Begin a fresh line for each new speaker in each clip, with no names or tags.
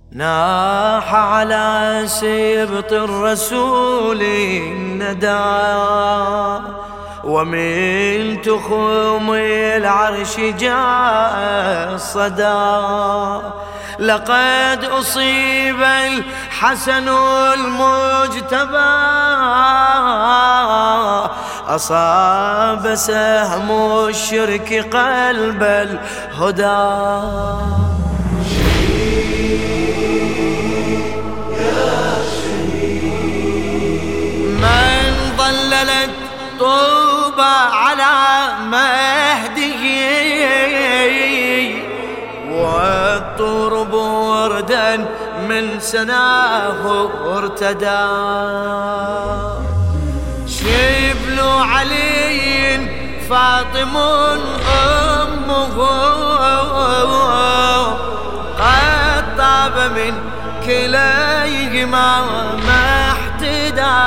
ناح على سبط الرسول الندى، ومن تخوم العرش جاء الصدى. لقد أصيب الحسن المجتبى، أصاب سهم الشرك قلب الهدى. من ضللت طوبى على مهده، والطور بردا من سناه ارتدى. شبل علي فاطم أمه، قد طاب من كليهما ما احتدى.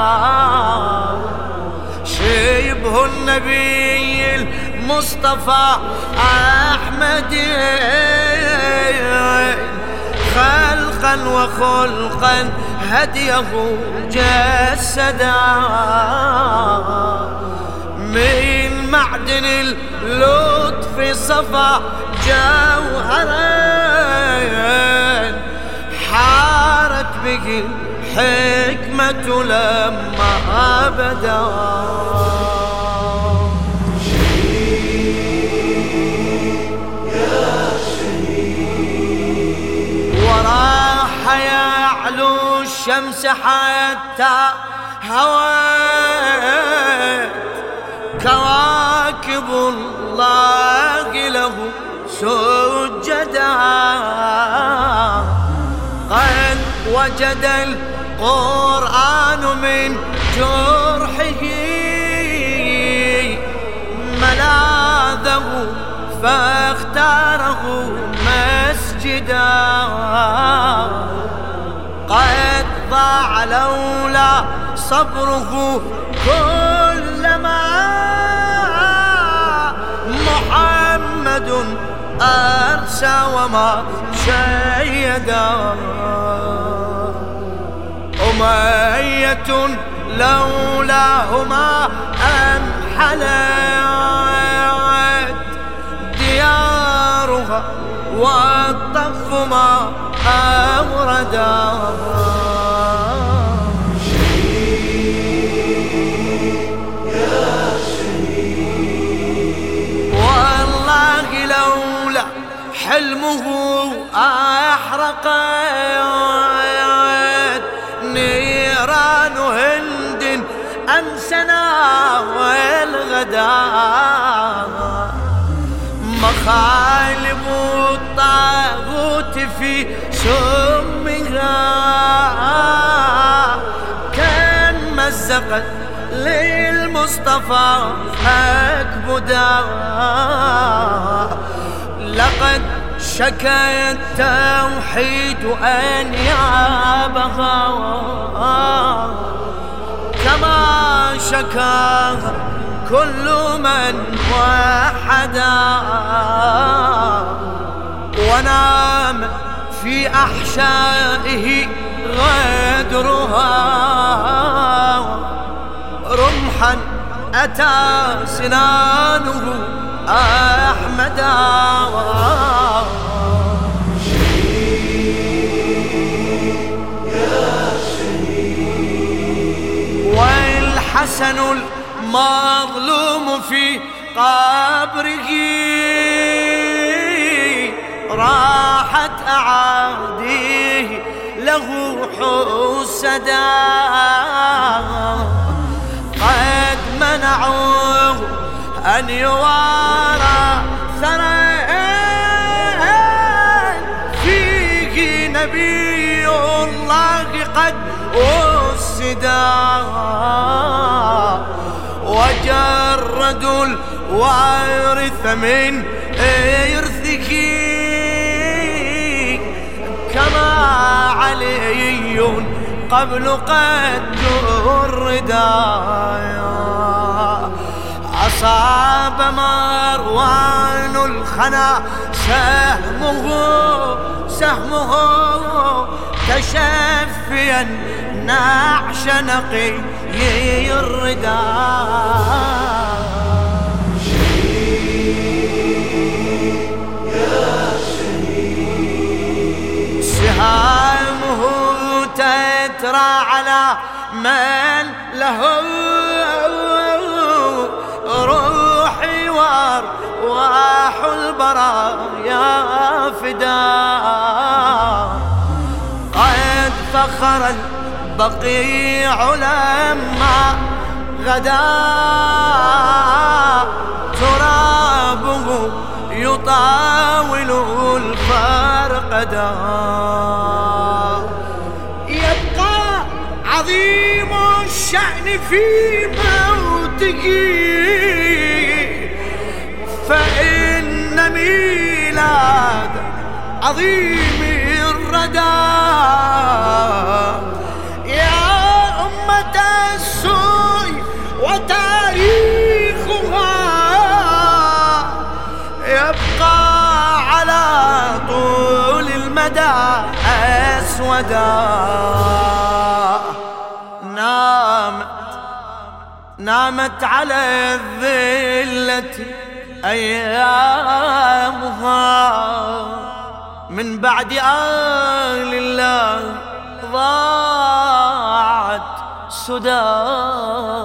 شبه النبي المصطفى أحمد، خلقا وخلقا هديه جسدا. من معدن اللطف صفى جوهرا، حارت به الحكمة لما بدا. وراح يعلو الشمس حتى هوت، كواكب الله له سجدا. قد وجد القرآن من جرحه ملاذه، فاختاره مسجدا. قد ضاع لولا صبره كلما محمد أرسى وما شيدا. أمية لولاهما أنحلت ديارها، والطف ما أوردا. والله لولا حلمه أحرقت نيران هند أمسنا والغدا. مخالب الطاغوت في سمها، كان مزقت للمصطفى أكبدا. لقد شكى التوحيد أنيابها، كما شكى كل من وحدا. ونام في أحشائه غدرها، رمحا أتى سنانه أحمدا. والحسن المظلوم في قبره، راحت أعاديه له حسدا. قد منعوه أن يوارى ثرى، فيه نبي الله قد أسدا. وجردوا الوارث من إرثه، كما علي قبل قد جردا. أصاب مروان الخنا سهمه تشفيا نعش نقي الرداء.
شهيد يا شهيد،
سهامه تترى على من له روحي وارواح البرايا فداء. قد فخر البقيع لما غدا ترابه يطاول الفرقدا. يبقى عظيم الشأن في موته، فإن ميلاد عظيم الردى. يا أمة السوء وتاريخها يبقى على طول المدى أسودا. نامت على الذلة أيامها، من بعد آل الله ضاعت سدى.